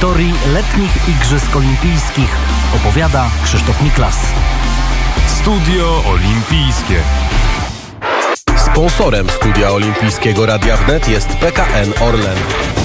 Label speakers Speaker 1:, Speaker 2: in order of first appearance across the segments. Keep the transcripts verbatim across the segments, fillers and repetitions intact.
Speaker 1: historii letnich Igrzysk Olimpijskich opowiada Krzysztof Miklas.
Speaker 2: Studio Olimpijskie.
Speaker 3: Sponsorem Studia Olimpijskiego Radia Wnet jest P K N Orlen.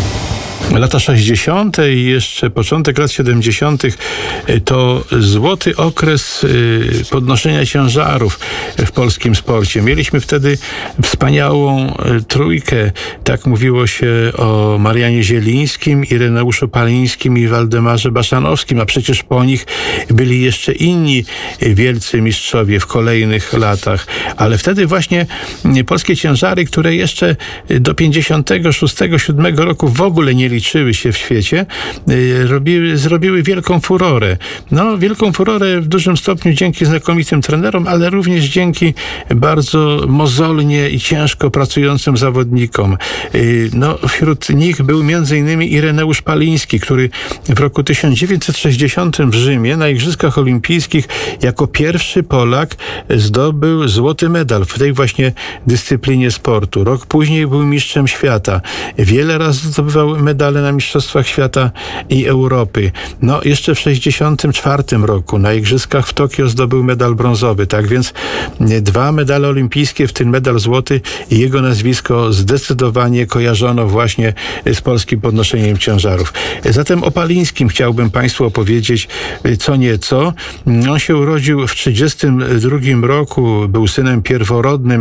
Speaker 4: Lata sześćdziesiąte i jeszcze początek lat siedemdziesiątych to złoty okres podnoszenia ciężarów w polskim sporcie. Mieliśmy wtedy wspaniałą trójkę. Tak mówiło się o Marianie Zielińskim, Ireneuszu Palińskim i Waldemarze Baszanowskim, a przecież po nich byli jeszcze inni wielcy mistrzowie w kolejnych latach. Ale wtedy właśnie polskie ciężary, które jeszcze do pięćdziesiątego szóstego siódmego roku w ogóle nie liczyły się w świecie, robiły, zrobiły wielką furorę. No, wielką furorę w dużym stopniu dzięki znakomitym trenerom, ale również dzięki bardzo mozolnie i ciężko pracującym zawodnikom. No, wśród nich był między innymi Ireneusz Paliński, który w roku tysiąc dziewięćset sześćdziesiątym w Rzymie na Igrzyskach Olimpijskich jako pierwszy Polak zdobył złoty medal w tej właśnie dyscyplinie sportu. Rok później był mistrzem świata. Wiele razy zdobywał medale na Mistrzostwach Świata i Europy. No, jeszcze w sześćdziesiątym czwartym roku na Igrzyskach w Tokio zdobył medal brązowy. Tak więc dwa medale olimpijskie, w tym medal złoty, i jego nazwisko zdecydowanie kojarzono właśnie z polskim podnoszeniem ciężarów. Zatem o Palińskim chciałbym Państwu opowiedzieć co nieco. On się urodził w trzydziestym drugim roku. Był synem pierworodnym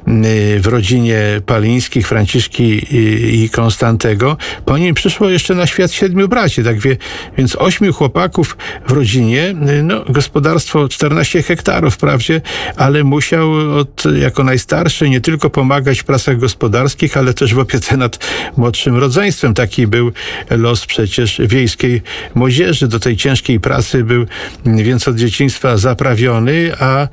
Speaker 4: w rodzinie Palińskich, Franciszki i Konstantego. Po nim przyszło jeszcze na świat siedmiu braci, tak wie, więc ośmiu chłopaków w rodzinie. No, gospodarstwo czternaście hektarów wprawdzie, ale musiał od, jako najstarszy nie tylko pomagać w pracach gospodarskich, ale też w opiece nad młodszym rodzeństwem. Taki był los przecież wiejskiej młodzieży. Do tej ciężkiej pracy był więc od dzieciństwa zaprawiony, a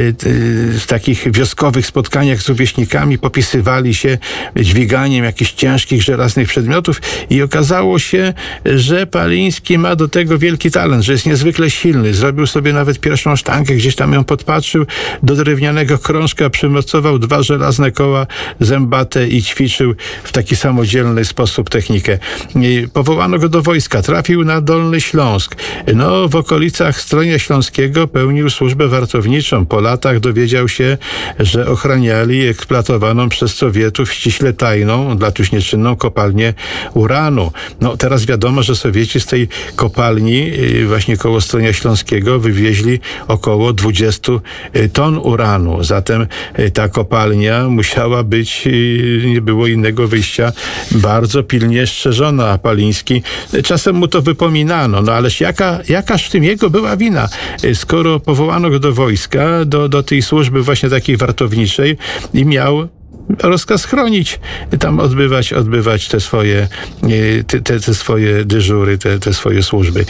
Speaker 4: w takich wioskowych spotkaniach z rówieśnikami popisywali się dźwiganiem jakichś ciężkich, żelaznych przedmiotów i okazało się, że Paliński ma do tego wielki talent, że jest niezwykle silny. Zrobił sobie nawet pierwszą sztankę, gdzieś tam ją podpatrzył, do drewnianego krążka przymocował dwa żelazne koła zębate i ćwiczył w taki samodzielny sposób technikę. I powołano go do wojska, trafił na Dolny Śląsk. No, w okolicach Stronia Śląskiego pełnił służbę wartowniczą. Po latach dowiedział się, że ochraniali eksploatowaną przez Sowietów ściśle tajną, dla tuż nieczynną kopalnię uranu. No, teraz wiadomo, że Sowieci z tej kopalni właśnie koło Stronia Śląskiego wywieźli około dwadzieścia ton uranu. Zatem ta kopalnia musiała być, nie było innego wyjścia, bardzo pilnie strzeżona, a Paliński czasem mu to wypominano. No ależ jaka, jakaż w tym jego była wina, skoro powołano go do wojska, do, do tej służby właśnie takiej wartowniczej i miał rozkaz chronić, tam odbywać, odbywać te swoje, te, te swoje dyżury, te, te swoje służby.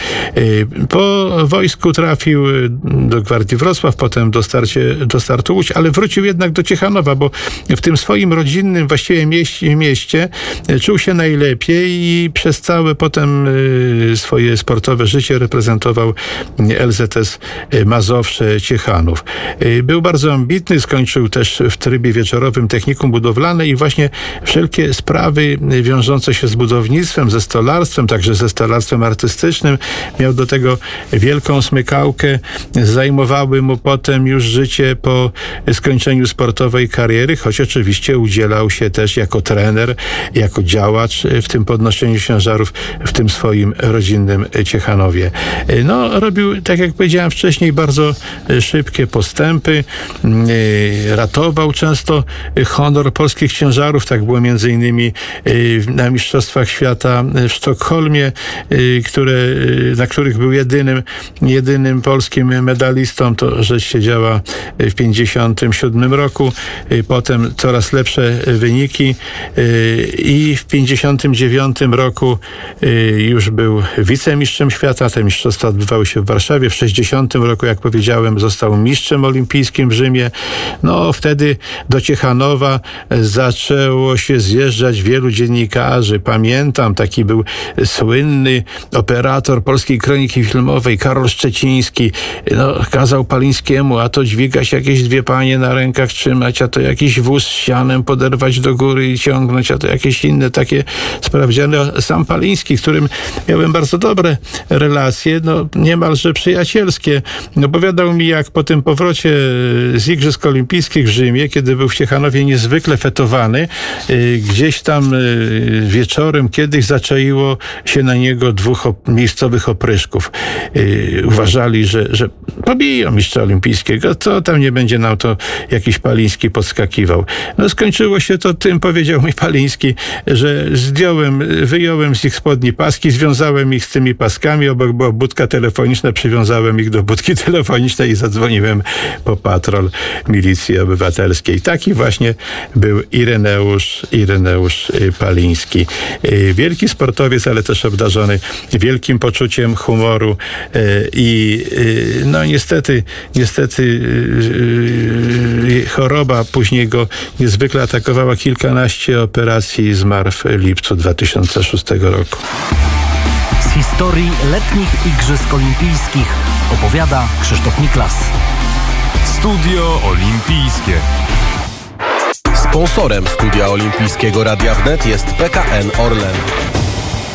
Speaker 4: Po wojsku trafił do Gwardii Wrocław, potem do, starcie, do startu Łódź, ale wrócił jednak do Ciechanowa, bo w tym swoim rodzinnym właściwie mieście, mieście czuł się najlepiej i przez całe potem swoje sportowe życie reprezentował L Z S Mazowsze Ciechanów. Był bardzo ambitny, skończył też w trybie wieczorowym technikum budowlane i właśnie wszelkie sprawy wiążące się z budownictwem, ze stolarstwem, także ze stolarstwem artystycznym, miał do tego wielką smykałkę. Zajmowały mu potem już życie po skończeniu sportowej kariery, choć oczywiście udzielał się też jako trener, jako działacz w tym podnoszeniu ciężarów w tym swoim rodzinnym Ciechanowie. No, robił, tak jak powiedziałem wcześniej, bardzo szybkie postępy, ratował często honor polskich ciężarów. Tak było między innymi na Mistrzostwach Świata w Sztokholmie, które, na których był jedynym, jedynym polskim medalistą. To rzecz się działa w pięćdziesiątym siódmym roku. Potem coraz lepsze wyniki i w pięćdziesiątym dziewiątym roku już był wicemistrzem świata. Te mistrzostwa odbywały się w Warszawie. W sześćdziesiątym roku, jak powiedziałem, został mistrzem olimpijskim w Rzymie. No, wtedy do Ciechanowa Lipca zaczęło się zjeżdżać wielu dziennikarzy. Pamiętam, taki był słynny operator Polskiej Kroniki Filmowej, Karol Szczeciński. No, kazał Palińskiemu, a to dźwigać jakieś dwie panie na rękach trzymać, a to jakiś wóz z sianem poderwać do góry i ciągnąć, a to jakieś inne takie sprawdziany. Sam Paliński, z którym miałem bardzo dobre relacje, no niemalże przyjacielskie, opowiadał mi, jak po tym powrocie z Igrzysk Olimpijskich w Rzymie, kiedy był w Ciechanowie niezwykle fetowany, gdzieś tam wieczorem kiedyś zaczaiło się na niego dwóch miejscowych opryszków. Uważali, że, że pobiją mistrza olimpijskiego, co tam nie będzie nam to jakiś Paliński podskakiwał. No skończyło się to tym, powiedział mi Paliński, że zdjąłem, wyjąłem z ich spodni paski, związałem ich z tymi paskami, obok była budka telefoniczna, przywiązałem ich do budki telefonicznej i zadzwoniłem po patrol Milicji Obywatelskiej. Taki właśnie był Ireneusz, Ireneusz Paliński. Wielki sportowiec, ale też obdarzony wielkim poczuciem humoru i no niestety, niestety choroba później go niezwykle atakowała, kilkanaście operacji i zmarł w lipcu dwa tysiące szóstego roku.
Speaker 1: Z historii letnich Igrzysk Olimpijskich opowiada Krzysztof Miklas.
Speaker 2: Studio Olimpijskie.
Speaker 3: Sponsorem Studia Olimpijskiego Radia Wnet jest P K N Orlen.